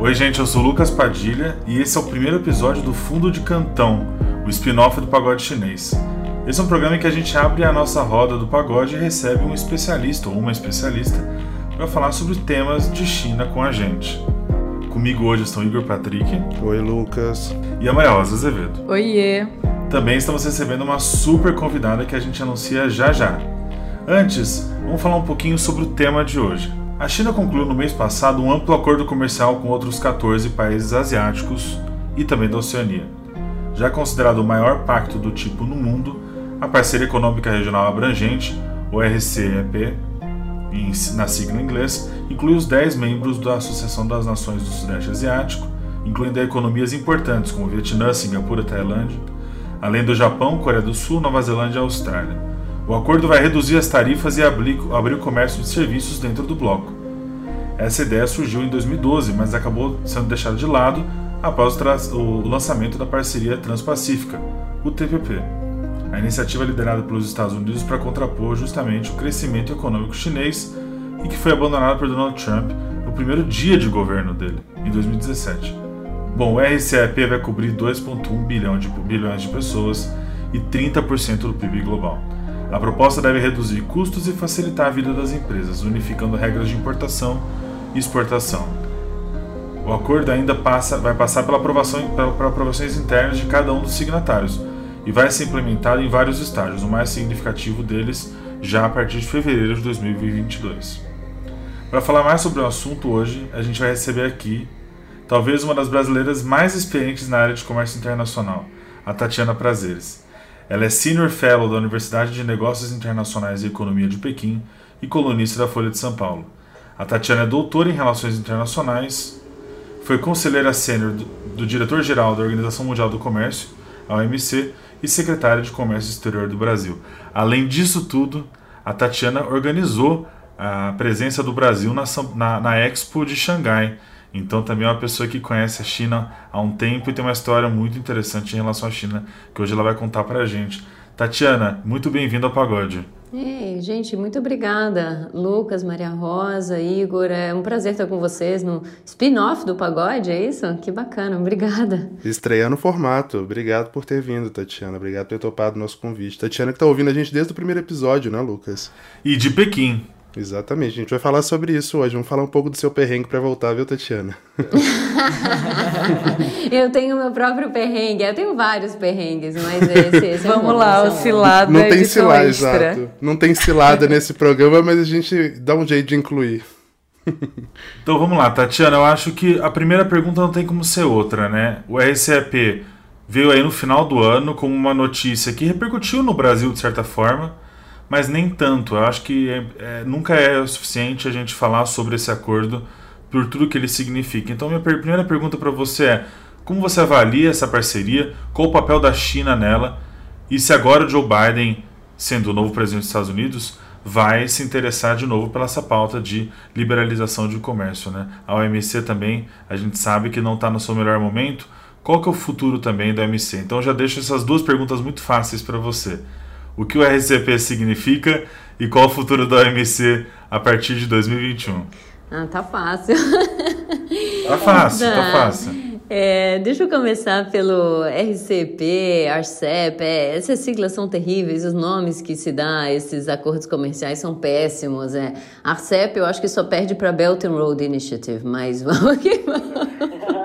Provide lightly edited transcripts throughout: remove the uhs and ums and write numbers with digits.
Oi gente, eu sou o Lucas Padilha e esse é o primeiro episódio do Fundo de Cantão, o spin-off do pagode chinês. Esse é um programa em que a gente abre a nossa roda do pagode e recebe um especialista ou uma especialista para falar sobre temas de China com a gente. Comigo hoje estão Igor Patrick. Oi, Lucas. E a Maria Rosa Azevedo. Oiê. Também estamos recebendo uma super convidada que a gente anuncia já já. Antes, vamos falar um pouquinho sobre o tema de hoje. A China concluiu no mês passado um amplo acordo comercial com outros 14 países asiáticos e também da Oceania. Já considerado o maior pacto do tipo no mundo, a Parceria Econômica Regional Abrangente, ou RCEP, na sigla em inglês, inclui os 10 membros da Associação das Nações do Sudeste Asiático, incluindo economias importantes como Vietnã, Singapura e Tailândia, além do Japão, Coreia do Sul, Nova Zelândia e Austrália. O acordo vai reduzir as tarifas e abrir o comércio de serviços dentro do bloco. Essa ideia surgiu em 2012, mas acabou sendo deixada de lado após o lançamento da Parceria Transpacífica, o TPP. A iniciativa é liderada pelos Estados Unidos para contrapor justamente o crescimento econômico chinês e que foi abandonada por Donald Trump no primeiro dia de governo dele, em 2017. Bom, o RCEP vai cobrir 2,1 bilhões de pessoas e 30% do PIB global. A proposta deve reduzir custos e facilitar a vida das empresas, unificando regras de importação e exportação. O acordo ainda vai passar por aprovações internas de cada um dos signatários e vai ser implementado em vários estágios, o mais significativo deles já a partir de fevereiro de 2022. Para falar mais sobre o assunto hoje, a gente vai receber aqui talvez uma das brasileiras mais experientes na área de comércio internacional, a Tatiana Prazeres. Ela é Senior Fellow da Universidade de Negócios Internacionais e Economia de Pequim e colunista da Folha de São Paulo. A Tatiana é doutora em Relações Internacionais, foi conselheira sênior do diretor-geral da Organização Mundial do Comércio, a OMC, e secretária de Comércio Exterior do Brasil. Além disso tudo, a Tatiana organizou a presença do Brasil na Expo de Xangai. Então também é uma pessoa que conhece a China há um tempo e tem uma história muito interessante em relação à China, que hoje ela vai contar pra gente. Tatiana, muito bem-vinda ao Pagode. Ei, gente, muito obrigada. Lucas, Maria Rosa, Igor, é um prazer estar com vocês no spin-off do Pagode, é isso? Que bacana, obrigada. Estreando o formato. Obrigado por ter vindo, Tatiana. Obrigado por ter topado o nosso convite. Tatiana que tá ouvindo a gente desde o primeiro episódio, né, Lucas? E de Pequim. Exatamente, a gente vai falar sobre isso hoje. Vamos falar um pouco do seu perrengue pra voltar, viu, Tatiana? Eu tenho meu próprio perrengue. Eu tenho vários perrengues, mas esse Vamos lá, o cilada. Não tem cilada, exato. Não tem cilada nesse programa, mas a gente dá um jeito de incluir. Então vamos lá, Tatiana. Eu acho que a primeira pergunta não tem como ser outra, né? O RCEP veio aí no final do ano como uma notícia que repercutiu no Brasil de certa forma, mas nem tanto. Eu acho que nunca é o suficiente a gente falar sobre esse acordo por tudo que ele significa. Então, minha primeira pergunta para você é: como você avalia essa parceria? Qual o papel da China nela? E se agora o Joe Biden, sendo o novo presidente dos Estados Unidos, vai se interessar de novo pela essa pauta de liberalização de comércio, né? A OMC também, a gente sabe que não está no seu melhor momento. Qual que é o futuro também da OMC? Então, já deixo essas duas perguntas muito fáceis para você. O que o RCEP significa e qual o futuro da OMC a partir de 2021? Tá fácil. Tá fácil. Deixa eu começar pelo RCEP, RCEP. Essas siglas são terríveis, os nomes que se dá a esses acordos comerciais são péssimos. RCEP eu acho que só perde para Belt and Road Initiative, mas vamos que vamos.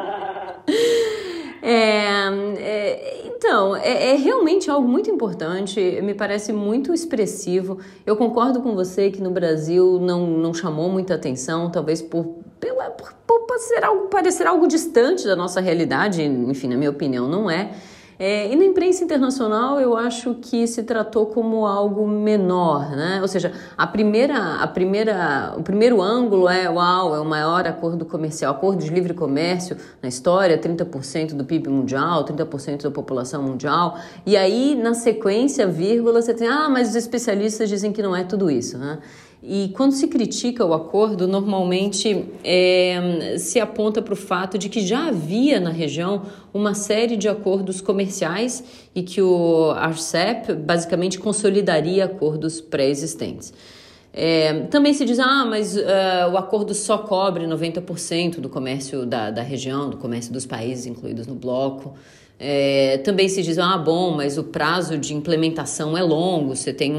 Então, é realmente algo muito importante, me parece muito expressivo. Eu concordo com você que no Brasil não chamou muita atenção, talvez por parecer algo distante da nossa realidade, enfim, na minha opinião, não é. E na imprensa internacional eu acho que se tratou como algo menor, né? Ou seja, o primeiro ângulo é o maior acordo comercial, acordo de livre comércio na história, 30% do PIB mundial, 30% da população mundial, e aí na sequência, vírgula, você tem, mas os especialistas dizem que não é tudo isso, né? E quando se critica o acordo, normalmente se aponta para o fato de que já havia na região uma série de acordos comerciais e que o RCEP basicamente consolidaria acordos pré-existentes. Também se diz, mas o acordo só cobre 90% do comércio da região, do comércio dos países incluídos no bloco. Também se diz, mas o prazo de implementação é longo, você tem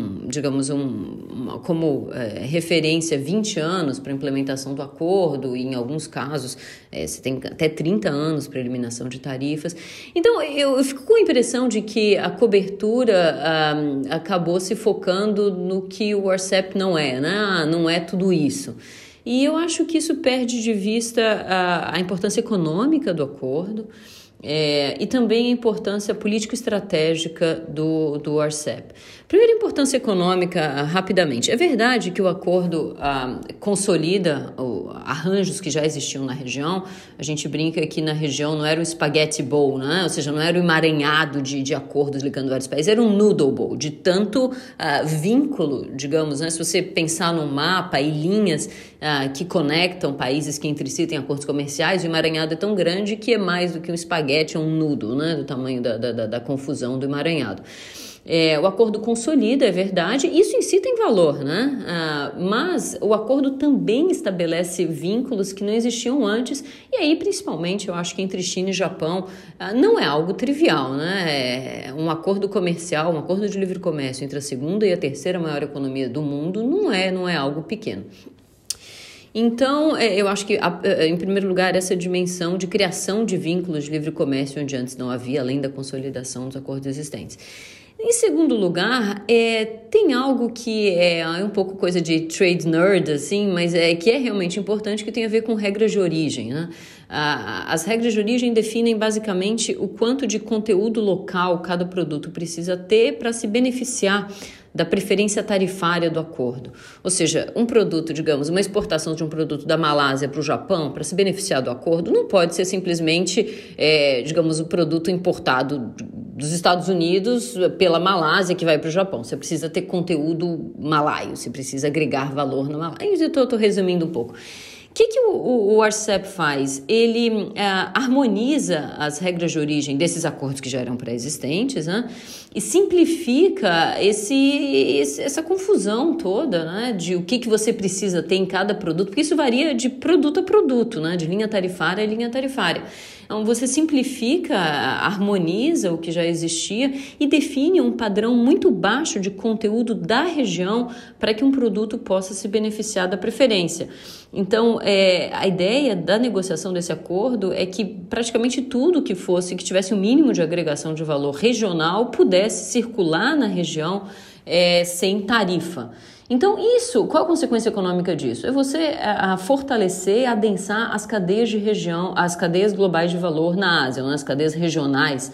como referência 20 anos para a implementação do acordo, e em alguns casos você tem até 30 anos para eliminação de tarifas. Então eu fico com a impressão de que a cobertura acabou se focando no que o RCEP não é, né? Não é tudo isso. E eu acho que isso perde de vista a importância econômica do acordo, e também a importância político-estratégica do RCEP. Primeiro, importância econômica, rapidamente. É verdade que o acordo consolida arranjos que já existiam na região. A gente brinca que na região não era um spaghetti bowl, né? Ou seja, não era um emaranhado de acordos ligando vários países, era um noodle bowl, de tanto vínculo, digamos, né? Se você pensar num mapa e linhas que conectam países que entre si têm acordos comerciais, o emaranhado é tão grande que é mais do que um espaguete ou um noodle, né? Do tamanho da confusão do emaranhado. O acordo consolida, é verdade, isso em si tem valor, né? Mas o acordo também estabelece vínculos que não existiam antes, e aí, principalmente, eu acho que entre China e Japão não é algo trivial, né? Um acordo comercial, um acordo de livre comércio entre a segunda e a terceira maior economia do mundo não é algo pequeno. Então, eu acho que, em primeiro lugar, essa dimensão de criação de vínculos de livre comércio onde antes não havia, além da consolidação dos acordos existentes. Em segundo lugar, tem algo que é um pouco coisa de trade nerd, assim, mas que é realmente importante, que tem a ver com regras de origem, né? As regras de origem definem basicamente o quanto de conteúdo local cada produto precisa ter para se beneficiar da preferência tarifária do acordo. Ou seja, um produto, digamos, uma exportação de um produto da Malásia para o Japão, para se beneficiar do acordo, não pode ser simplesmente, digamos, um produto importado dos Estados Unidos pela Malásia que vai para o Japão. Você precisa ter conteúdo malaio, você precisa agregar valor na Malásia. Eu estou resumindo um pouco. O que o RCEP faz? Ele harmoniza as regras de origem desses acordos que já eram pré-existentes, né? E simplifica essa confusão toda, né? De o que você precisa ter em cada produto, porque isso varia de produto a produto, né? De linha tarifária a linha tarifária. Então, você simplifica, harmoniza o que já existia e define um padrão muito baixo de conteúdo da região para que um produto possa se beneficiar da preferência. Então, a ideia da negociação desse acordo é que praticamente tudo que tivesse um mínimo de agregação de valor regional pudesse circular na região sem tarifa. Então, qual a consequência econômica disso? É você fortalecer, adensar as cadeias de região, as cadeias globais de valor na Ásia, as cadeias regionais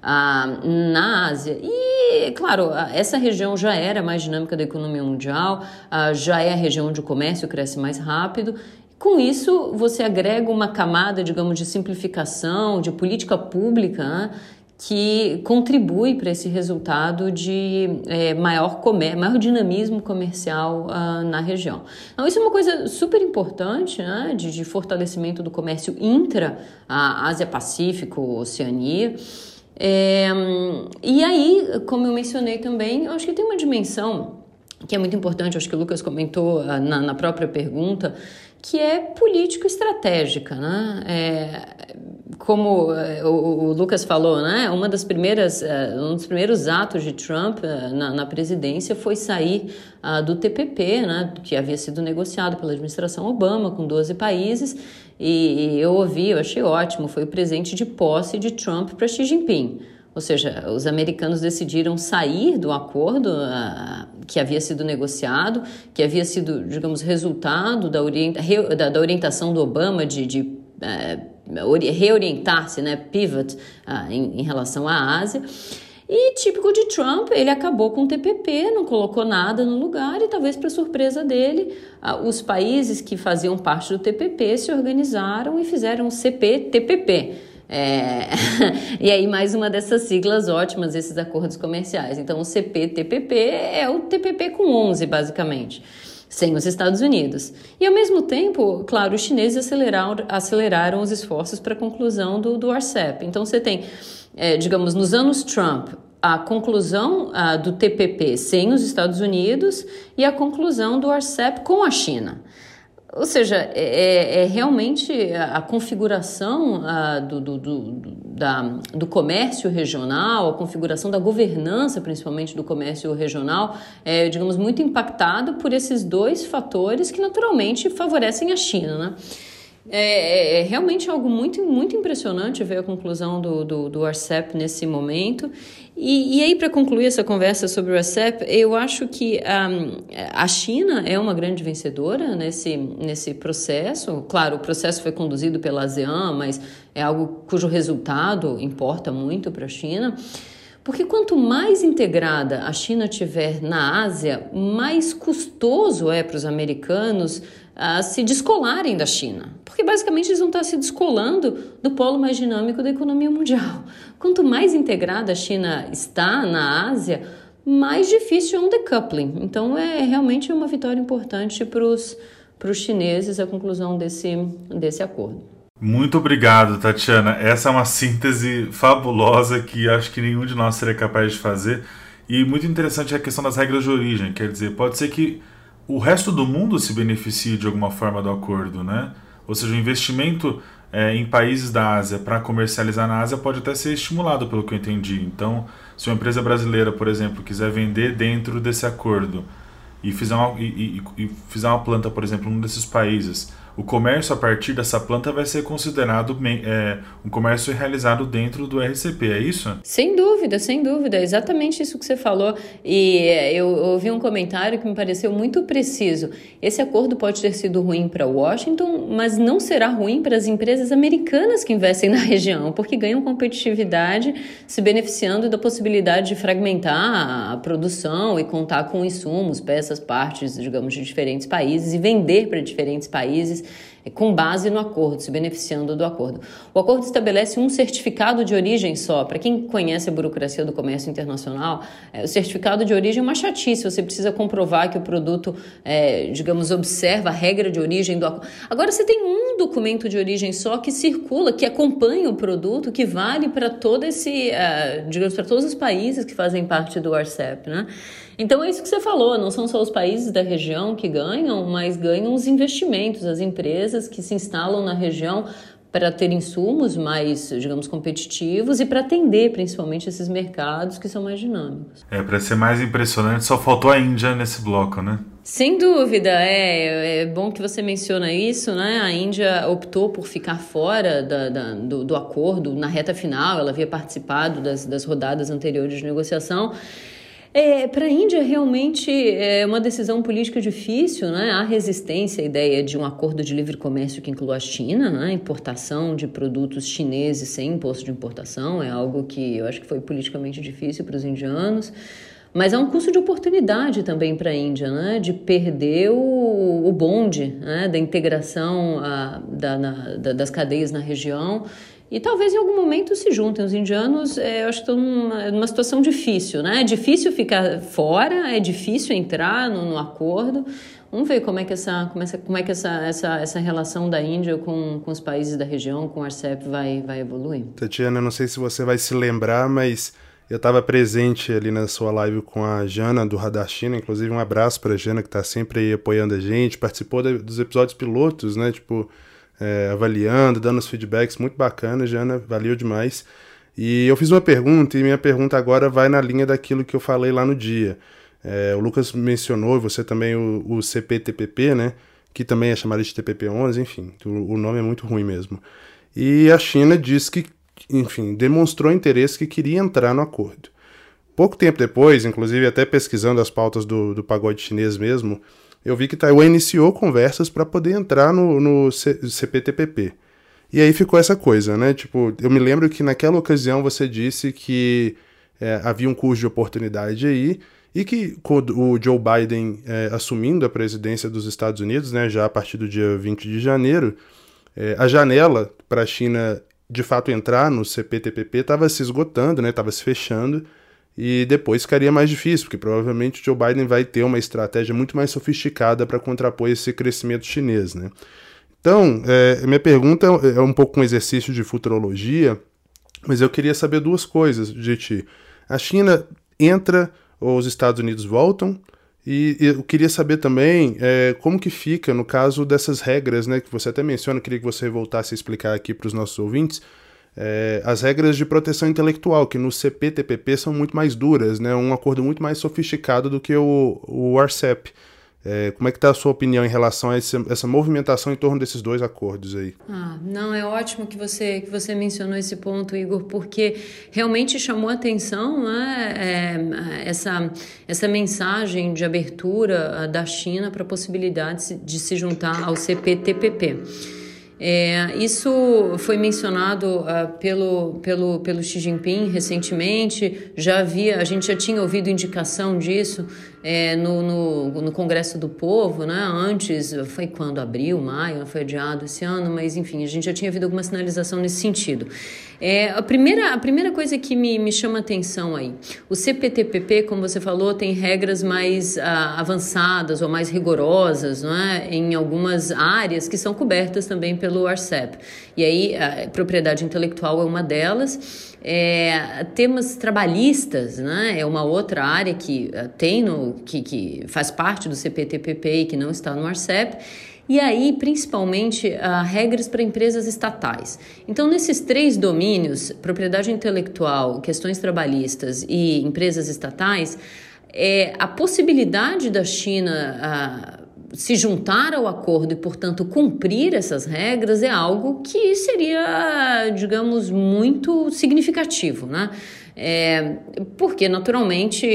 na Ásia. E, claro, essa região já era mais dinâmica da economia mundial, já é a região onde o comércio cresce mais rápido. Com isso, você agrega uma camada, digamos, de simplificação, de política pública, né, que contribui para esse resultado de maior dinamismo comercial na região. Então, isso é uma coisa super importante, né, de fortalecimento do comércio intra Ásia-Pacífico, Oceania. E aí, como eu mencionei também, eu acho que tem uma dimensão que é muito importante, acho que o Lucas comentou na própria pergunta, que é político-estratégica, né? Como o Lucas falou, né? Um dos primeiros atos de Trump na presidência foi sair do TPP, né? Que havia sido negociado pela administração Obama com 12 países, e eu achei ótimo, foi o presente de posse de Trump para Xi Jinping. Ou seja, os americanos decidiram sair do acordo que havia sido negociado, que havia sido, digamos, resultado da orientação do Obama de reorientar-se, né, pivot, em relação à Ásia. E típico de Trump, ele acabou com o TPP, não colocou nada no lugar e talvez para surpresa dele, os países que faziam parte do TPP se organizaram e fizeram o CPTPP. E aí mais uma dessas siglas ótimas, esses acordos comerciais. Então o CPTPP é o TPP com 11 basicamente, sem os Estados Unidos. E ao mesmo tempo, claro, os chineses aceleraram os esforços para a conclusão do RCEP. Então você tem, digamos, nos anos Trump, a conclusão do TPP sem os Estados Unidos e a conclusão do RCEP com a China. Ou seja, realmente a configuração do comércio regional, a configuração da governança, principalmente do comércio regional, digamos, muito impactado por esses dois fatores que naturalmente favorecem a China, né? É realmente algo muito, muito impressionante ver a conclusão do RCEP nesse momento. E aí, para concluir essa conversa sobre o RCEP, eu acho que a China é uma grande vencedora nesse processo. Claro, o processo foi conduzido pela ASEAN, mas é algo cujo resultado importa muito para a China. Porque quanto mais integrada a China tiver na Ásia, mais custoso é para os americanos se descolarem da China. Porque basicamente eles vão estar se descolando do polo mais dinâmico da economia mundial. Quanto mais integrada a China está na Ásia, mais difícil é um decoupling. Então realmente uma vitória importante para os chineses a conclusão desse acordo. Muito obrigado, Tatiana. Essa é uma síntese fabulosa que acho que nenhum de nós seria capaz de fazer. E muito interessante a questão das regras de origem. Quer dizer, pode ser que o resto do mundo se beneficie de alguma forma do acordo, né? Ou seja, o investimento em países da Ásia para comercializar na Ásia pode até ser estimulado, pelo que eu entendi. Então, se uma empresa brasileira, por exemplo, quiser vender dentro desse acordo e fizer uma planta, por exemplo, num desses países, o comércio a partir dessa planta vai ser considerado um comércio realizado dentro do RCP, é isso? Sem dúvida, exatamente isso que você falou. E eu ouvi um comentário que me pareceu muito preciso. Esse acordo pode ter sido ruim para Washington, mas não será ruim para as empresas americanas que investem na região, porque ganham competitividade se beneficiando da possibilidade de fragmentar a produção e contar com insumos, peças, partes, digamos, de diferentes países e vender para diferentes países com base no acordo, se beneficiando do acordo. O acordo estabelece um certificado de origem só. Para quem conhece a burocracia do comércio internacional, o certificado de origem é uma chatice. Você precisa comprovar que o produto, digamos, observa a regra de origem do acordo. Agora, você tem um documento de origem só que circula, que acompanha o produto, que vale para digamos, para todos os países que fazem parte do RCEP, né? Então é isso que você falou, não são só os países da região que ganham, mas ganham os investimentos, as empresas que se instalam na região para ter insumos mais, digamos, competitivos e para atender principalmente esses mercados que são mais dinâmicos. Para ser mais impressionante, só faltou a Índia nesse bloco, né? Sem dúvida, é bom que você menciona isso, né? A Índia optou por ficar fora do acordo na reta final, ela havia participado das rodadas anteriores de negociação. Para a Índia, realmente é uma decisão política difícil, né? Há resistência à ideia de um acordo de livre comércio que inclua a China, né? Importação de produtos chineses sem imposto de importação é algo que eu acho que foi politicamente difícil para os indianos. Mas há um custo de oportunidade também para a Índia, né? De perder o bonde, né? Da integração das cadeias na região. E talvez em algum momento se juntem. Os indianos, eu acho que estão numa situação difícil, né? É difícil ficar fora, é difícil entrar no acordo. Vamos ver como é que essa relação da Índia com os países da região, com o RCEP, vai evoluir. Tatiana, não sei se você vai se lembrar, mas eu estava presente ali na sua live com a Jana, do Radar China. Inclusive, um abraço para a Jana, que está sempre aí apoiando a gente. Participou dos episódios pilotos, né? Avaliando, dando os feedbacks, muito bacana, Jana, valeu demais. E eu fiz uma pergunta, e minha pergunta agora vai na linha daquilo que eu falei lá no dia. O Lucas mencionou, você também, o CPTPP, né, que também é chamado de TPP-11, enfim, o nome é muito ruim mesmo. E a China disse que, enfim, demonstrou interesse que queria entrar no acordo. Pouco tempo depois, inclusive até pesquisando as pautas do pagode chinês mesmo, eu vi que Taiwan iniciou conversas para poder entrar no CPTPP. E aí ficou essa coisa, né? Eu me lembro que naquela ocasião você disse que havia um custo de oportunidade aí e que o Joe Biden assumindo a presidência dos Estados Unidos, né, já a partir do dia 20 de janeiro, a janela para a China de fato entrar no CPTPP estava se esgotando, né? Estava se fechando. E depois ficaria mais difícil, porque provavelmente o Joe Biden vai ter uma estratégia muito mais sofisticada para contrapor esse crescimento chinês, né? Então, minha pergunta é um pouco um exercício de futurologia, mas eu queria saber duas coisas de ti. A China entra, os Estados Unidos voltam, e eu queria saber também como que fica no caso dessas regras, né, que você até menciona, queria que você voltasse a explicar aqui para os nossos ouvintes, as regras de proteção intelectual, que no CPTPP são muito mais duras, né, um acordo muito mais sofisticado do que o RCEP. Como é que está a sua opinião em relação a essa movimentação em torno desses dois acordos aí? Não, é ótimo que você mencionou esse ponto, Igor, porque realmente chamou a atenção, né, essa mensagem de abertura da China para a possibilidade de se juntar ao CPTPP. Isso foi mencionado pelo Xi Jinping recentemente. A gente já tinha ouvido indicação disso no Congresso do Povo, né? Antes, foi quando? Abril, maio, não foi adiado esse ano, mas enfim, a gente já tinha ouvido alguma sinalização nesse sentido. A primeira coisa que me chama atenção aí, o CPTPP, como você falou, tem regras mais avançadas ou mais rigorosas, não é? Em algumas áreas que são cobertas também pelo RCEP. E aí, a propriedade intelectual é uma delas. Temas trabalhistas, né, é uma outra área que que faz parte do CPTPP e que não está no RCEP. E aí, principalmente, regras para empresas estatais. Então, nesses três domínios, propriedade intelectual, questões trabalhistas e empresas estatais, a possibilidade da China se juntar ao acordo e, portanto, cumprir essas regras é algo que seria, digamos, muito significativo, né? Porque, naturalmente,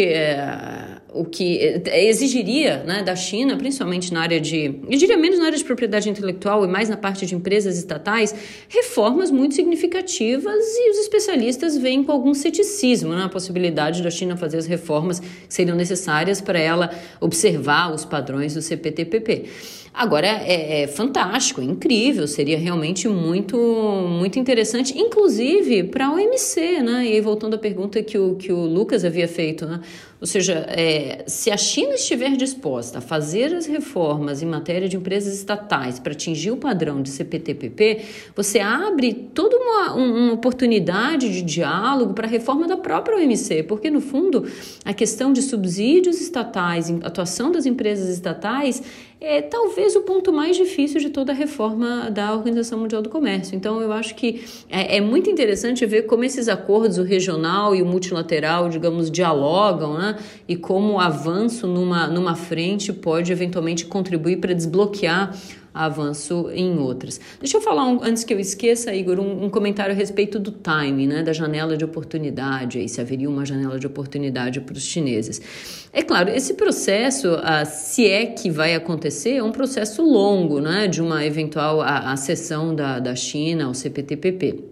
o que exigiria, né, da China, principalmente na área eu diria menos na área de propriedade intelectual e mais na parte de empresas estatais, reformas muito significativas, e os especialistas veem com algum ceticismo, né, a possibilidade da China fazer as reformas que seriam necessárias para ela observar os padrões do CPTPP. Agora, é fantástico, é incrível, seria realmente muito, muito interessante, inclusive para a OMC, né? E aí, voltando à pergunta que o Lucas havia feito, né? Ou seja, se a China estiver disposta a fazer as reformas em matéria de empresas estatais para atingir o padrão de CPTPP, você abre toda uma oportunidade de diálogo para a reforma da própria OMC, porque, no fundo, a questão de subsídios estatais, atuação das empresas estatais, é talvez o ponto mais difícil de toda a reforma da Organização Mundial do Comércio. Então, eu acho que é muito interessante ver como esses acordos, o regional e o multilateral, digamos, dialogam, né? E como o avanço numa frente pode eventualmente contribuir para desbloquear avanço em outras. Deixa eu falar, antes que eu esqueça, Igor, um comentário a respeito do timing, né, da janela de oportunidade, aí, se haveria uma janela de oportunidade para os chineses. É claro, esse processo, se é que vai acontecer, é um processo longo, né, de uma eventual acessão da China ao CPTPP.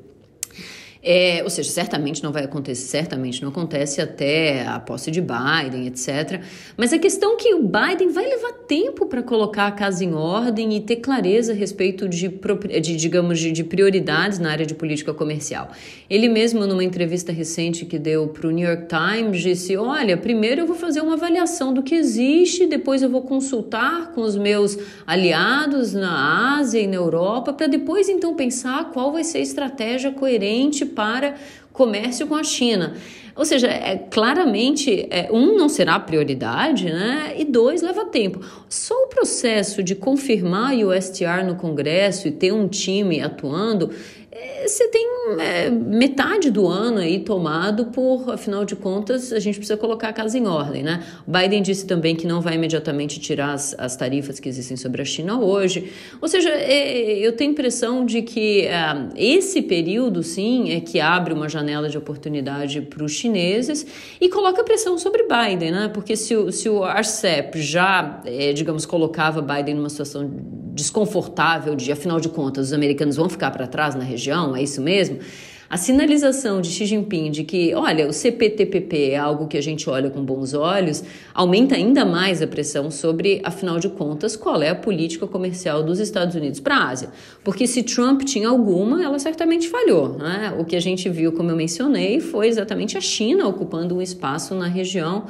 Ou seja, certamente não vai acontecer, certamente não acontece até a posse de Biden, etc. Mas a questão é que o Biden vai levar tempo para colocar a casa em ordem e ter clareza a respeito de prioridades na área de política comercial. Ele mesmo, numa entrevista recente que deu para o New York Times, disse: olha, primeiro eu vou fazer uma avaliação do que existe, depois eu vou consultar com os meus aliados na Ásia e na Europa, para depois então pensar qual vai ser a estratégia coerente para comércio com a China. Ou seja, claramente, não será prioridade, né? E dois, leva tempo. Só o processo de confirmar o USTR no Congresso e ter um time atuando, você tem metade do ano aí tomado por, afinal de contas, a gente precisa colocar a casa em ordem, né? O Biden disse também que não vai imediatamente tirar as tarifas que existem sobre a China hoje. Ou seja, eu tenho a impressão de que esse período, sim, é que abre uma janela de oportunidade para os chineses e coloca pressão sobre Biden, né? Porque se o RCEP já, digamos, colocava Biden numa situação desconfortável de, afinal de contas, os americanos vão ficar para trás na região, é isso mesmo? A sinalização de Xi Jinping de que, olha, o CPTPP é algo que a gente olha com bons olhos, aumenta ainda mais a pressão sobre, afinal de contas, qual é a política comercial dos Estados Unidos para a Ásia. Porque se Trump tinha alguma, ela certamente falhou, né? O que a gente viu, como eu mencionei, foi exatamente a China ocupando um espaço na região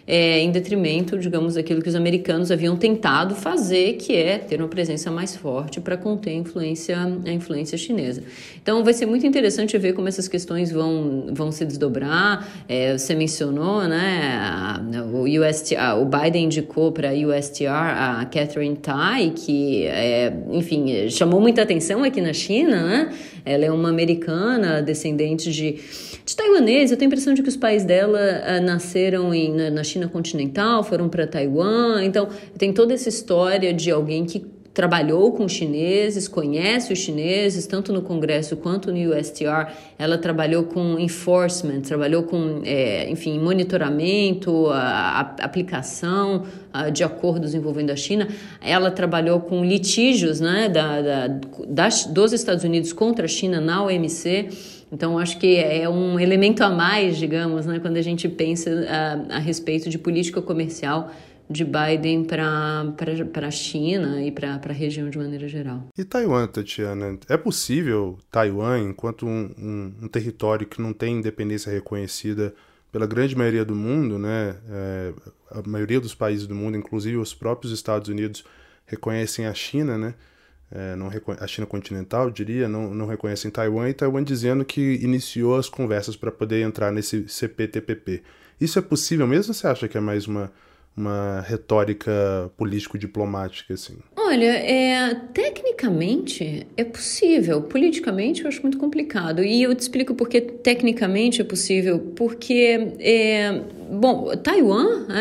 em detrimento, digamos, daquilo que os americanos haviam tentado fazer, que é ter uma presença mais forte para conter a influência chinesa. Então vai ser muito interessante ver como essas questões vão se desdobrar. Você mencionou, né, o Biden indicou para a USTR a Catherine Tai, que, enfim, chamou muita atenção aqui na China, né? Ela é uma americana, descendente de taiwaneses. Eu tenho a impressão de que os pais dela nasceram na China continental, foram para Taiwan. Então, tem toda essa história de alguém que trabalhou com chineses, conhece os chineses, tanto no Congresso quanto no USTR. Ela trabalhou com enforcement, trabalhou com, enfim, monitoramento, aplicação de acordos envolvendo a China. Ela trabalhou com litígios, né, dos Estados Unidos contra a China na OMC. Então, acho que é um elemento a mais, digamos, né, quando a gente pensa a respeito de política comercial de Biden para a China e para a região de maneira geral. E Taiwan, Tatiana? É possível Taiwan, enquanto um território que não tem independência reconhecida pela grande maioria do mundo, né? A maioria dos países do mundo, inclusive os próprios Estados Unidos, reconhecem a China, né? A China continental, eu diria, não reconhecem Taiwan, e Taiwan dizendo que iniciou as conversas para poder entrar nesse CPTPP. Isso é possível mesmo, ou você acha que é mais uma retórica político-diplomática, assim? Olha, tecnicamente é possível, politicamente eu acho muito complicado, e eu te explico porque tecnicamente é possível, porque, Taiwan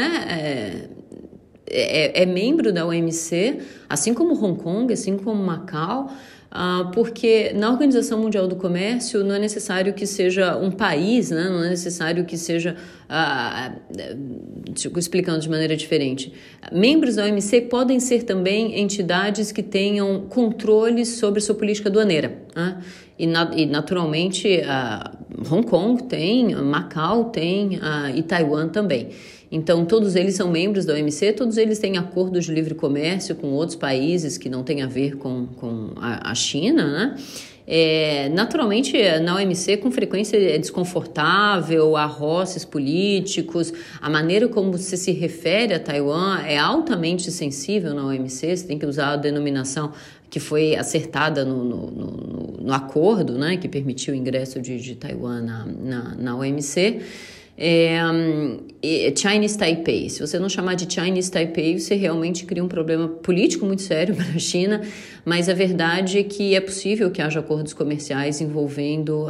é membro da OMC, assim como Hong Kong, assim como Macau, porque na Organização Mundial do Comércio não é necessário que seja um país, né? Não é necessário que seja, explicando de maneira diferente, membros da OMC podem ser também entidades que tenham controle sobre sua política aduaneira, né? E naturalmente Hong Kong tem, Macau tem, e Taiwan também. Então, todos eles são membros da OMC, todos eles têm acordos de livre comércio com outros países que não têm a ver com a China, né? Naturalmente, na OMC, com frequência é desconfortável, há roces políticos, a maneira como você se refere a Taiwan é altamente sensível na OMC, você tem que usar a denominação que foi acertada no acordo, né, que permitiu o ingresso de Taiwan na OMC. Chinese Taipei. Se você não chamar de Chinese Taipei, você realmente cria um problema político muito sério para a China, mas a verdade é que é possível que haja acordos comerciais envolvendo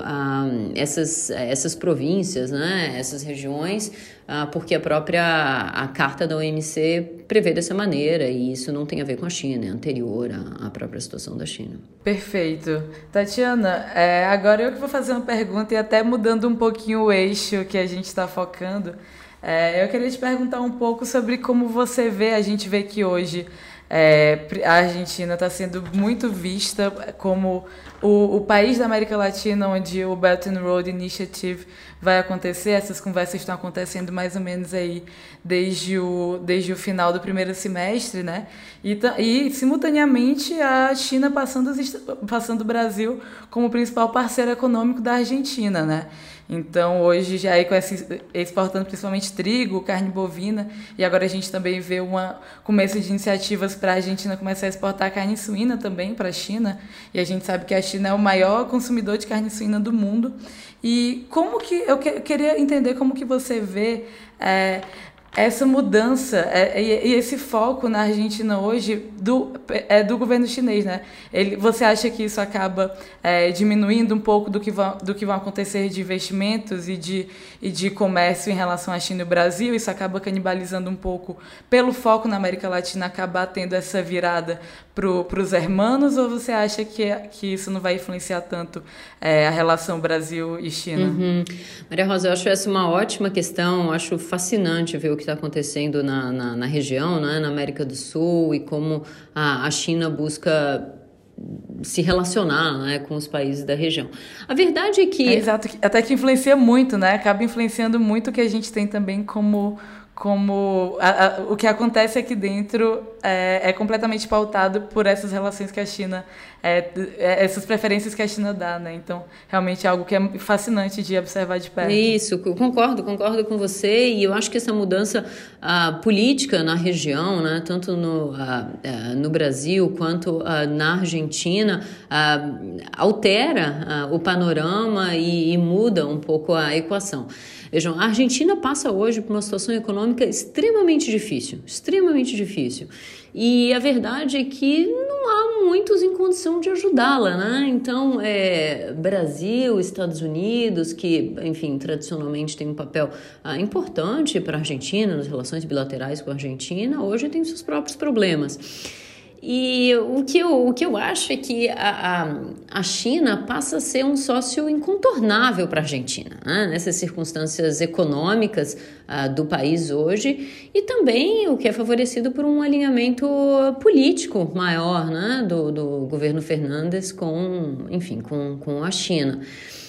essas províncias, né, essas regiões, porque a Carta da OMC prevê dessa maneira, e isso não tem a ver com a China, é anterior à própria situação da China. Perfeito. Tatiana, agora eu que vou fazer uma pergunta, e até mudando um pouquinho o eixo que a gente está focando, eu queria te perguntar um pouco sobre como você vê, a gente vê que hoje a Argentina está sendo muito vista como o país da América Latina onde o Belt and Road Initiative vai acontecer. Essas conversas estão acontecendo mais ou menos aí desde o final do primeiro semestre, né? E simultaneamente a China passando o Brasil como principal parceiro econômico da Argentina, né? Então, hoje, já exportando principalmente trigo, carne bovina, e agora a gente também vê começo de iniciativas para a Argentina começar a exportar carne suína também para a China, e a gente sabe que a China é o maior consumidor de carne suína do mundo. E eu queria entender como que você vê essa mudança e esse foco na Argentina hoje do governo chinês, né? Você acha que isso acaba diminuindo um pouco do que vão acontecer de investimentos e de comércio em relação à China e o Brasil? Isso acaba canibalizando um pouco pelo foco na América Latina acabar tendo essa virada para os hermanos, ou você acha que isso não vai influenciar tanto a relação Brasil e China? Maria Rosa, eu acho essa uma ótima questão, eu acho fascinante ver o que está acontecendo na região, né, na América do Sul, e como a China busca se relacionar, né, com os países da região. A verdade é que... Exato, até que influencia muito, né? Acaba influenciando muito o que a gente tem também como como o que acontece aqui dentro é completamente pautado por essas relações que a China, essas preferências que a China dá, né? Então, realmente é algo que é fascinante de observar de perto. Isso, concordo com você, e eu acho que essa mudança política na região, né, tanto no Brasil quanto na Argentina, altera o panorama e muda um pouco a equação. Vejam, a Argentina passa hoje por uma situação econômica extremamente difícil. E a verdade é que não há muitos em condição de ajudá-la, né? Então, Brasil, Estados Unidos, que, enfim, tradicionalmente tem um papel importante para a Argentina, nas relações bilaterais com a Argentina, hoje tem seus próprios problemas. E o que eu acho é que a China passa a ser um sócio incontornável para a Argentina, né? Nessas circunstâncias econômicas do país hoje, e também o que é favorecido por um alinhamento político maior, né, do governo Fernandes com a China.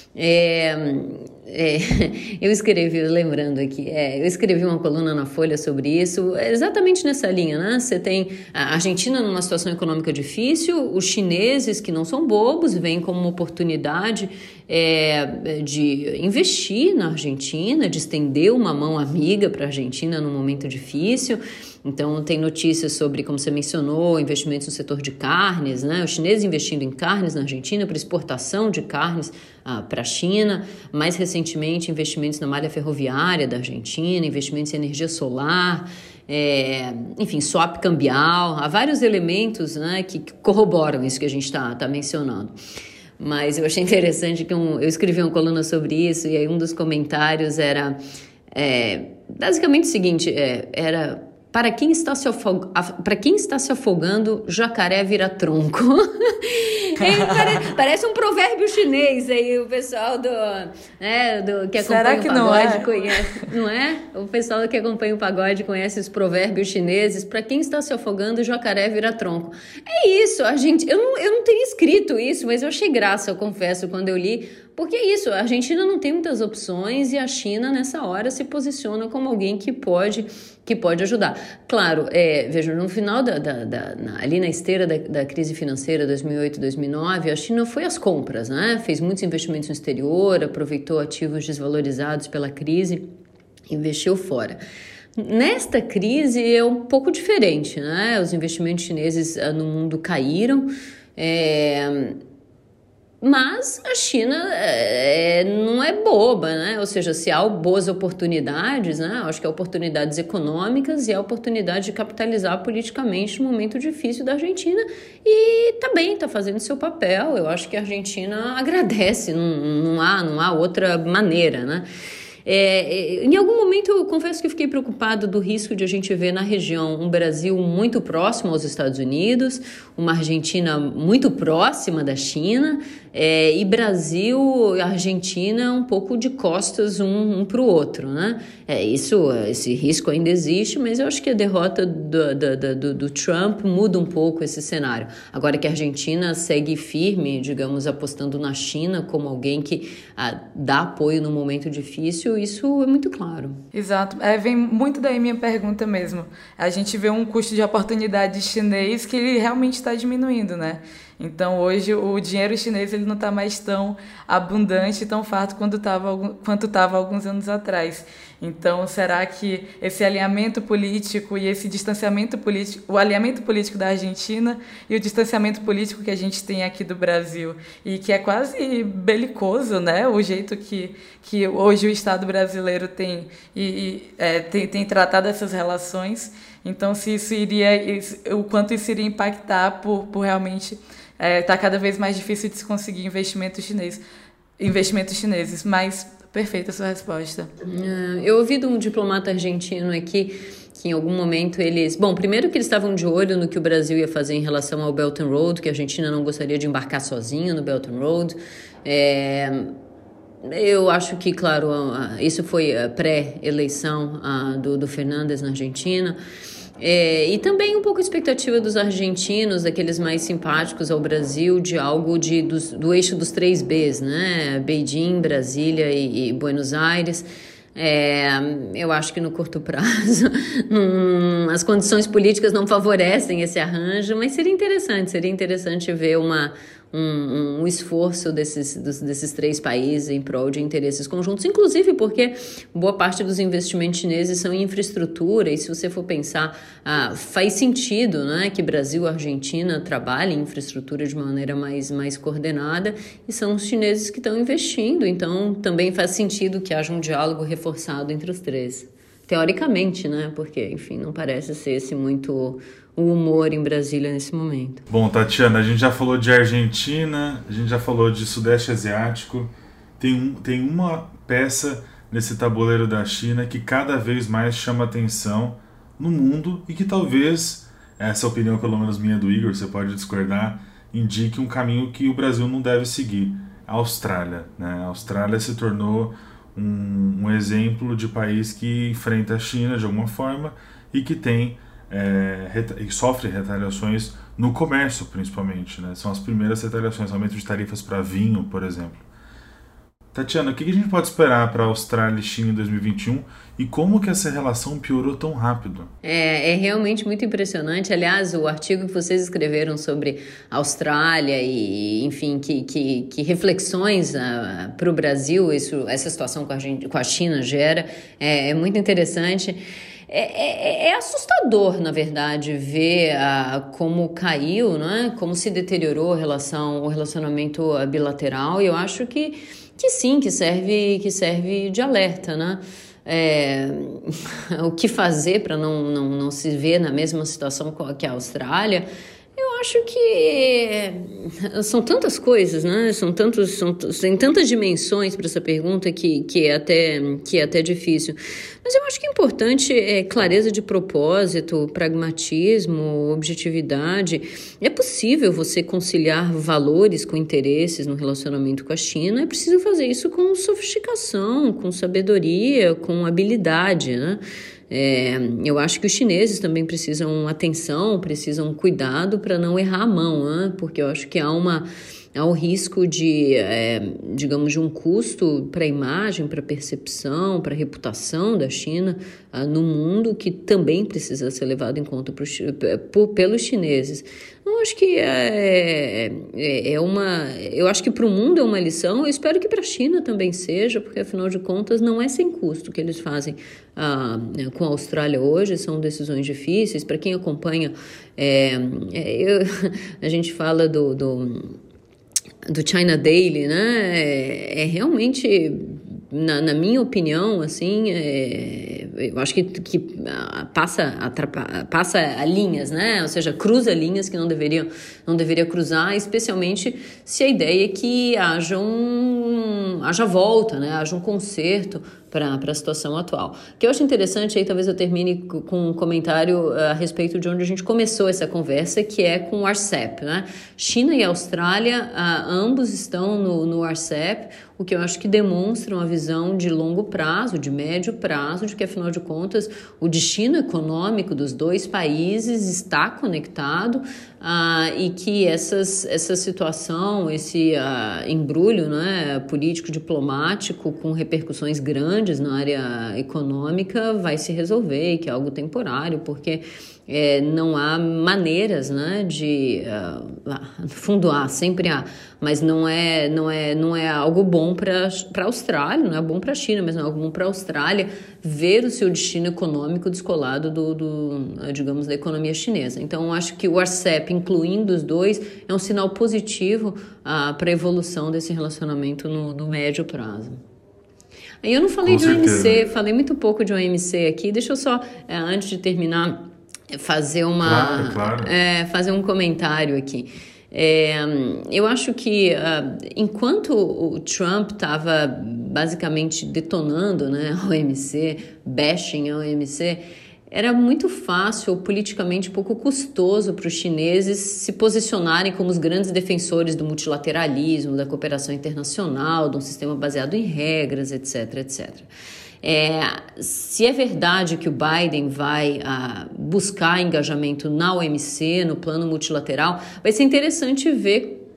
Eu escrevi, lembrando aqui, eu escrevi uma coluna na Folha sobre isso, exatamente nessa linha, né? Você tem a Argentina numa situação econômica difícil, os chineses, que não são bobos, veem como uma oportunidade de investir na Argentina, de estender uma mão amiga para a Argentina num momento difícil. Então, tem notícias sobre, como você mencionou, investimentos no setor de carnes, né? Os chineses investindo em carnes na Argentina para exportação de carnes para a China. Mais recentemente, investimentos na malha ferroviária da Argentina, investimentos em energia solar, swap cambial. Há vários elementos, né, que corroboram isso que a gente está mencionando. Mas eu achei interessante que eu escrevi uma coluna sobre isso, e aí um dos comentários era basicamente o seguinte, era: para quem está se afogando, jacaré vira tronco. Parece um provérbio chinês aí, o pessoal do que acompanha o pagode conhece, não é? O pessoal que acompanha o pagode conhece os provérbios chineses. Para quem está se afogando, jacaré vira tronco. É isso, eu não teria escrito isso, mas eu achei graça, eu confesso, quando eu li. Porque é isso, a Argentina não tem muitas opções e a China, nessa hora, se posiciona como alguém que pode ajudar. Claro, vejam, no final, ali na esteira da crise financeira 2008, 2009, a China foi às compras, né? Fez muitos investimentos no exterior, aproveitou ativos desvalorizados pela crise, investiu fora. Nesta crise é um pouco diferente, né? Os investimentos chineses no mundo caíram, mas a China não é boba, né? Ou seja, se há boas oportunidades, né? Acho que há oportunidades econômicas e há oportunidade de capitalizar politicamente no momento difícil da Argentina, e está fazendo seu papel. Eu acho que a Argentina agradece, não há outra maneira, né? Em algum momento eu confesso que eu fiquei preocupado do risco de a gente ver na região um Brasil muito próximo aos Estados Unidos, uma Argentina muito próxima da China, e Brasil e Argentina um pouco de costas um para o outro, né? Esse risco ainda existe, mas eu acho que a derrota do Trump muda um pouco esse cenário. Agora que a Argentina segue firme, digamos, apostando na China como alguém que dá apoio no momento difícil, isso é muito claro. Exato. Vem muito daí minha pergunta mesmo. A gente vê um custo de oportunidade chinês que ele realmente está diminuindo, né? Então, hoje, o dinheiro chinês ele não está mais tão abundante, tão farto quanto estava alguns anos atrás. Então, será que esse alinhamento político e esse distanciamento político, o alinhamento político da Argentina e o distanciamento político que a gente tem aqui do Brasil, e que é quase belicoso, né? O jeito que hoje o Estado brasileiro tem tratado essas relações. Então, o quanto isso iria impactar por realmente tá cada vez mais difícil de se conseguir investimentos chineses, mas perfeita a sua resposta. Eu ouvi de um diplomata argentino aqui que em algum momento eles... Bom, primeiro que eles estavam de olho no que o Brasil ia fazer em relação ao Belt and Road, que a Argentina não gostaria de embarcar sozinha no Belt and Road. Eu acho que, claro, isso foi a pré-eleição do Fernandes na Argentina. E também um pouco a expectativa dos argentinos, daqueles mais simpáticos ao Brasil, de algo do eixo dos 3 Bs, né? Beijing, Brasília e Buenos Aires. Eu acho que no curto prazo as condições políticas não favorecem esse arranjo, mas seria interessante ver um esforço desses três países em prol de interesses conjuntos, inclusive porque boa parte dos investimentos chineses são em infraestrutura, e se você for pensar, faz sentido, né, que Brasil e Argentina trabalhem em infraestrutura de maneira mais coordenada, e são os chineses que estão investindo, então também faz sentido que haja um diálogo reforçado entre os três. Teoricamente, né, porque, enfim, não parece ser esse muito o humor em Brasília nesse momento. Bom, Tatiana, a gente já falou de Argentina, a gente já falou de Sudeste Asiático. Tem uma peça nesse tabuleiro da China que cada vez mais chama atenção no mundo e que talvez, essa opinião pelo menos minha do Igor, você pode discordar, indique um caminho que o Brasil não deve seguir. A Austrália, né? A Austrália se tornou um exemplo de país que enfrenta a China de alguma forma e que tem e sofre retaliações no comércio, principalmente, né? São as primeiras retaliações, aumento de tarifas para vinho, por exemplo. Tatiana, o que a gente pode esperar para a Austrália e China em 2021 e como que essa relação piorou tão rápido? É realmente muito impressionante. Aliás, o artigo que vocês escreveram sobre a Austrália e, enfim, que reflexões para o Brasil essa situação com a China gera, é muito interessante. É assustador, na verdade, ver como caiu, né? Como se deteriorou o relacionamento bilateral, e eu acho que sim, que serve de alerta, né? O que fazer para não se ver na mesma situação que a Austrália? Eu acho que são tantas coisas, né? Tem tantas dimensões para essa pergunta que é até difícil. Mas eu acho que é importante clareza de propósito, pragmatismo, objetividade. É possível você conciliar valores com interesses no relacionamento com a China. É preciso fazer isso com sofisticação, com sabedoria, com habilidade, né? Eu acho que os chineses também precisam atenção, precisam cuidado para não errar a mão, né? Porque eu acho que há o risco digamos, de um custo para a imagem, para a percepção, para a reputação da China no mundo, que também precisa ser levado em conta pelos chineses. Eu acho que eu acho que para o mundo é uma lição, eu espero que para a China também seja, porque afinal de contas não é sem custo que eles fazem com a Austrália hoje, são decisões difíceis. Para quem acompanha, a gente fala do China Daily, né? Realmente, na minha opinião, assim, eu acho que passa a linhas, né? Ou seja, cruza linhas que não deveria cruzar, especialmente se a ideia é que haja volta, né? Haja um conserto para a situação atual. O que eu acho interessante, aí talvez eu termine com um comentário a respeito de onde a gente começou essa conversa, que é com o RCEP, né? China e Austrália, ambos estão no RCEP, o que eu acho que demonstra uma visão de longo prazo, de médio prazo, de que, afinal de contas, o destino econômico dos dois países está conectado e que essa situação, esse embrulho, né, político-diplomático com repercussões grandes na área econômica vai se resolver, e que é algo temporário, porque não há maneiras, né, no fundo sempre há, mas não é algo bom para a Austrália, não é bom para a China, mas não é algo bom para a Austrália ver o seu destino econômico descolado digamos, da economia chinesa. Então, acho que o RCEP, incluindo os dois, é um sinal positivo para a evolução desse relacionamento no médio prazo. Aí eu não falei de OMC, falei muito pouco de OMC aqui. Deixa eu só, antes de terminar, fazer fazer um comentário aqui. Eu acho que enquanto o Trump estava basicamente detonando, né, a OMC, bashing a OMC, era muito fácil, politicamente pouco custoso para os chineses se posicionarem como os grandes defensores do multilateralismo, da cooperação internacional, de um sistema baseado em regras, etc, etc. Se é verdade que o Biden vai buscar engajamento na OMC, no plano multilateral, vai ser interessante ver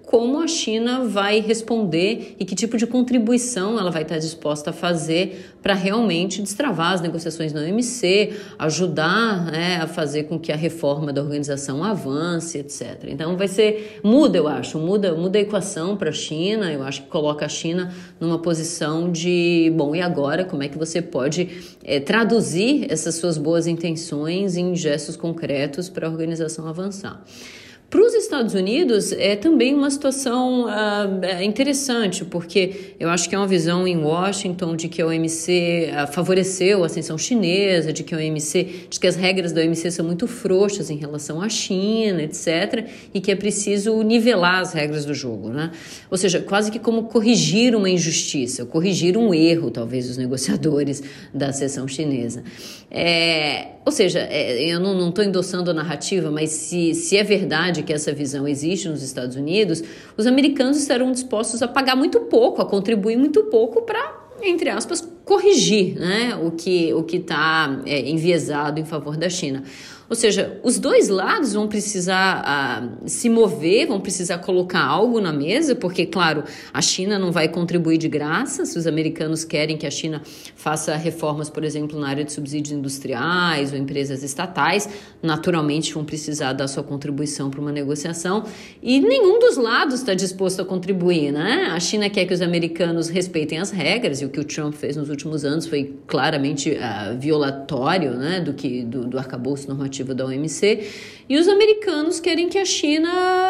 como a China vai responder e que tipo de contribuição ela vai estar disposta a fazer para realmente destravar as negociações na OMC, ajudar, né, a fazer com que a reforma da organização avance, etc. Então muda a equação para a China. Eu acho que coloca a China numa posição de, bom, e agora como é que você pode traduzir essas suas boas intenções em gestos concretos para a organização avançar. Para os Estados Unidos é também uma situação interessante, porque eu acho que é uma visão em Washington de que a OMC favoreceu a ascensão chinesa, de que as regras da OMC são muito frouxas em relação à China, etc., e que é preciso nivelar as regras do jogo, né? Ou seja, quase que como corrigir uma injustiça, corrigir um erro, talvez, dos negociadores da seção chinesa. Ou seja, eu não estou endossando a narrativa, mas se é verdade que essa visão existe nos Estados Unidos, os americanos estarão dispostos a pagar muito pouco, a contribuir muito pouco para, entre aspas, corrigir, né, o que está enviesado em favor da China. Ou seja, os dois lados vão precisar se mover, vão precisar colocar algo na mesa, porque, claro, a China não vai contribuir de graça. Se os americanos querem que a China faça reformas, por exemplo, na área de subsídios industriais ou empresas estatais, naturalmente vão precisar dar sua contribuição para uma negociação, e nenhum dos lados está disposto a contribuir, né? A China quer que os americanos respeitem as regras, e o que o Trump fez nos últimos anos foi claramente violatório, né, do arcabouço normativo da OMC, e os americanos querem que a China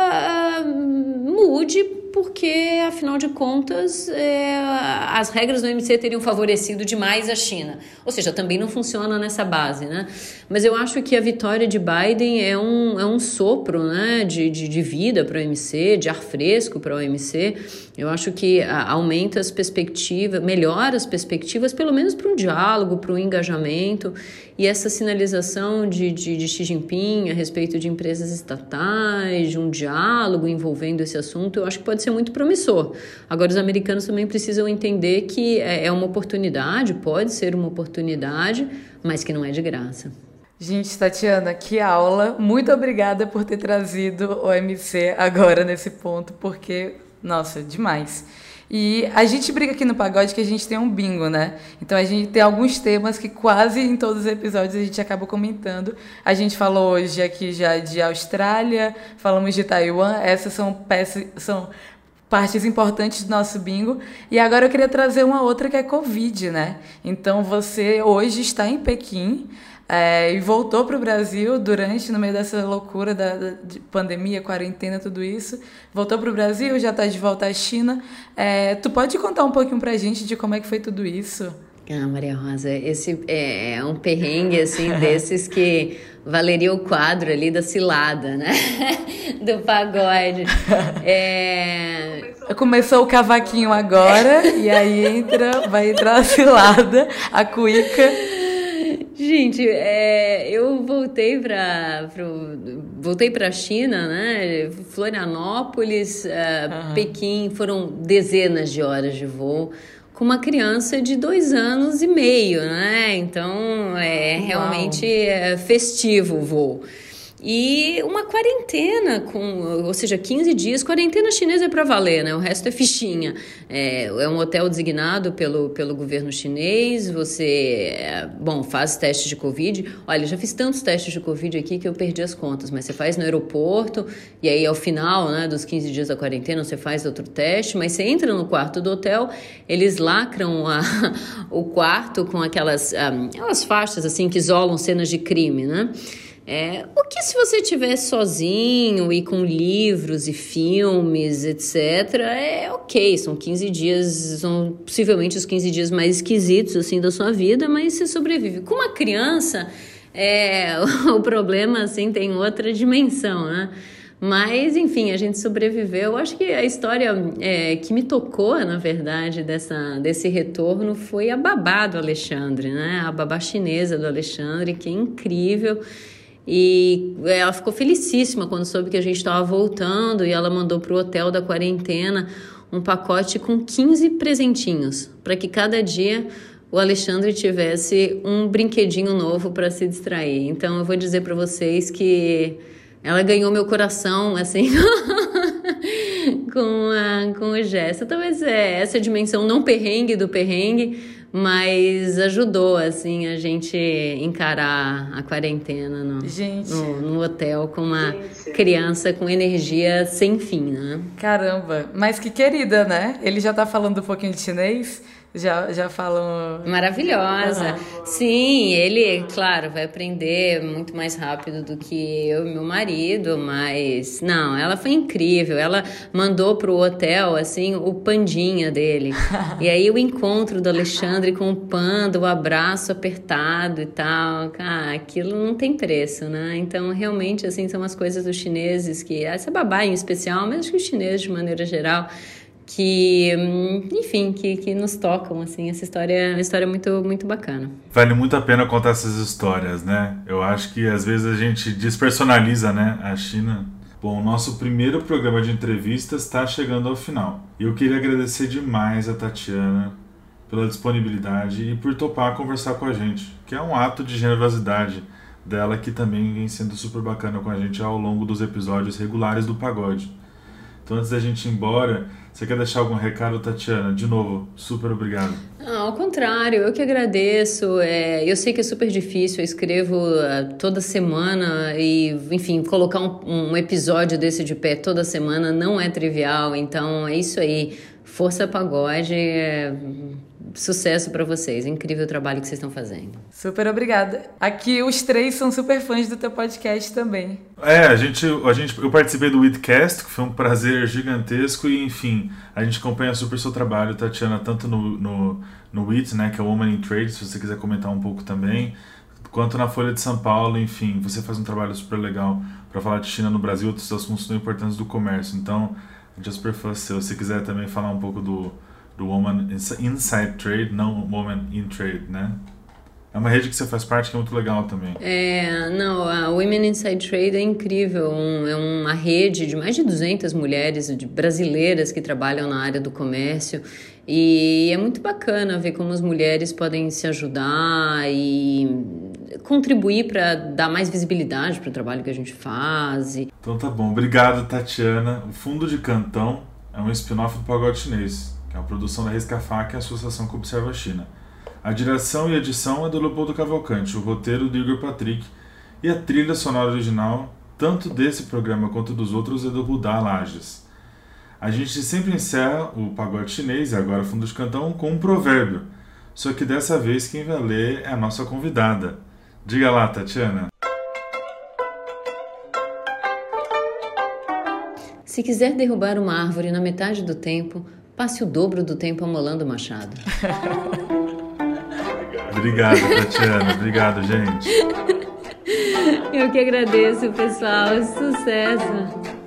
mude, porque, afinal de contas, as regras do OMC teriam favorecido demais a China. Ou seja, também não funciona nessa base, né? Mas eu acho que a vitória de Biden é um sopro, né, de vida para a OMC, de ar fresco para a OMC. Eu acho que aumenta as perspectivas, melhora as perspectivas, pelo menos para um diálogo, para um engajamento. E essa sinalização de Xi Jinping a respeito de empresas estatais, de um diálogo envolvendo esse assunto, eu acho que pode ser muito promissor. Agora, os americanos também precisam entender que é uma oportunidade, pode ser uma oportunidade, mas que não é de graça. Gente, Tatiana, que aula. Muito obrigada por ter trazido o OMC agora nesse ponto, porque, nossa, demais. E a gente brinca aqui no Pagode que a gente tem um bingo, né? Então a gente tem alguns temas que quase em todos os episódios a gente acaba comentando. A gente falou hoje aqui já de Austrália, falamos de Taiwan, essas são partes importantes do nosso bingo. E agora eu queria trazer uma outra que é Covid, né? Então você hoje está em Pequim, e voltou para o Brasil no meio dessa loucura de pandemia, quarentena, tudo isso. Voltou para o Brasil, já está de volta à China. Tu pode contar um pouquinho para a gente de como é que foi tudo isso? Maria Rosa, esse é um perrengue, assim, desses que valeria o quadro ali da cilada, né? Do pagode. Começou o cavaquinho agora, e aí vai entrar a cilada, a cuíca. Gente, eu voltei para a China, né? Florianópolis, Pequim, foram dezenas de horas de voo com uma criança de 2 anos e meio, né? Então, realmente festivo o voo. E uma quarentena, ou seja, 15 dias, quarentena chinesa é para valer, né? O resto é fichinha. É um hotel designado pelo governo chinês, você, faz testes de Covid. Olha, já fiz tantos testes de Covid aqui que eu perdi as contas, mas você faz no aeroporto, e aí ao final, né, dos 15 dias da quarentena você faz outro teste, mas você entra no quarto do hotel, eles lacram o quarto com aquelas faixas assim que isolam cenas de crime, né? O que se você estiver sozinho e com livros e filmes, etc., ok, são 15 dias, são possivelmente os 15 dias mais esquisitos assim, da sua vida, mas você sobrevive. Com uma criança, o problema assim, tem outra dimensão, né? Mas, enfim, a gente sobreviveu. Eu acho que a história que me tocou, na verdade, desse retorno foi a babá do Alexandre, né? A babá chinesa do Alexandre, que é incrível. E ela ficou felicíssima quando soube que a gente estava voltando, e ela mandou para o hotel da quarentena um pacote com 15 presentinhos, para que cada dia o Alexandre tivesse um brinquedinho novo para se distrair. Então eu vou dizer para vocês que ela ganhou meu coração, assim, com o gesto. Talvez essa dimensão não perrengue do perrengue, mas ajudou, assim, a gente encarar a quarentena no hotel com uma criança com energia sem fim, né? Caramba, mas que querida, né? Ele já tá falando um pouquinho de chinês? Já falam... Maravilhosa. Sim, ele, claro, vai aprender muito mais rápido do que eu e meu marido, mas não, ela foi incrível. Ela mandou pro hotel, assim, o pandinha dele. E aí o encontro do Alexandre com o panda, o abraço apertado e tal, cara, aquilo não tem preço, né? Então, realmente, assim, são as coisas dos chineses que, essa babá em especial, mas acho que os chineses de maneira geral, que, enfim, que nos tocam, assim, essa história é uma história muito, muito bacana. Vale muito a pena contar essas histórias, né? Eu acho que às vezes a gente despersonaliza, né, a China. Bom, o nosso primeiro programa de entrevistas está chegando ao final. E eu queria agradecer demais a Tatiana pela disponibilidade e por topar conversar com a gente, que é um ato de generosidade dela que também vem sendo super bacana com a gente ao longo dos episódios regulares do Pagode. Então, antes da gente ir embora, você quer deixar algum recado, Tatiana? De novo, super obrigado. Ao contrário, eu que agradeço. Eu sei que é super difícil, eu escrevo toda semana e, enfim, colocar um episódio desse de pé toda semana não é trivial. Então, é isso aí. Força Pagode, sucesso pra vocês. Incrível o trabalho que vocês estão fazendo. Super obrigada. Aqui os três são super fãs do teu podcast também. Eu participei do Weedcast, que foi um prazer gigantesco e, enfim, a gente acompanha super seu trabalho, Tatiana, tanto no Weed, né, que é o Woman in Trade, se você quiser comentar um pouco também, quanto na Folha de São Paulo, enfim, você faz um trabalho super legal para falar de China no Brasil e outros assuntos tão importantes do comércio. Então, a gente é super fã seu. Se você quiser também falar um pouco do Woman Inside Trade, não Woman in Trade, né? É uma rede que você faz parte que é muito legal também. A Women Inside Trade é incrível. É uma rede de mais de 200 mulheres brasileiras que trabalham na área do comércio. E é muito bacana ver como as mulheres podem se ajudar e contribuir para dar mais visibilidade para o trabalho que a gente faz. Então tá bom. Obrigado, Tatiana. O Fundo de Cantão é um spin-off do Pagode Chinês, que é uma produção da Riscafac, a associação que observa a China. A direção e edição é do Leopoldo Cavalcante, o roteiro do Igor Patrick e a trilha sonora original, tanto desse programa quanto dos outros, é do Rudá Lages. A gente sempre encerra o Pagode Chinês, e agora Fundo de Cantão, com um provérbio, só que dessa vez quem vai ler é a nossa convidada. Diga lá, Tatiana. Se quiser derrubar uma árvore na metade do tempo, passe o dobro do tempo amolando o machado. Obrigado, Tatiana. Obrigado, gente. Eu que agradeço, pessoal. Sucesso.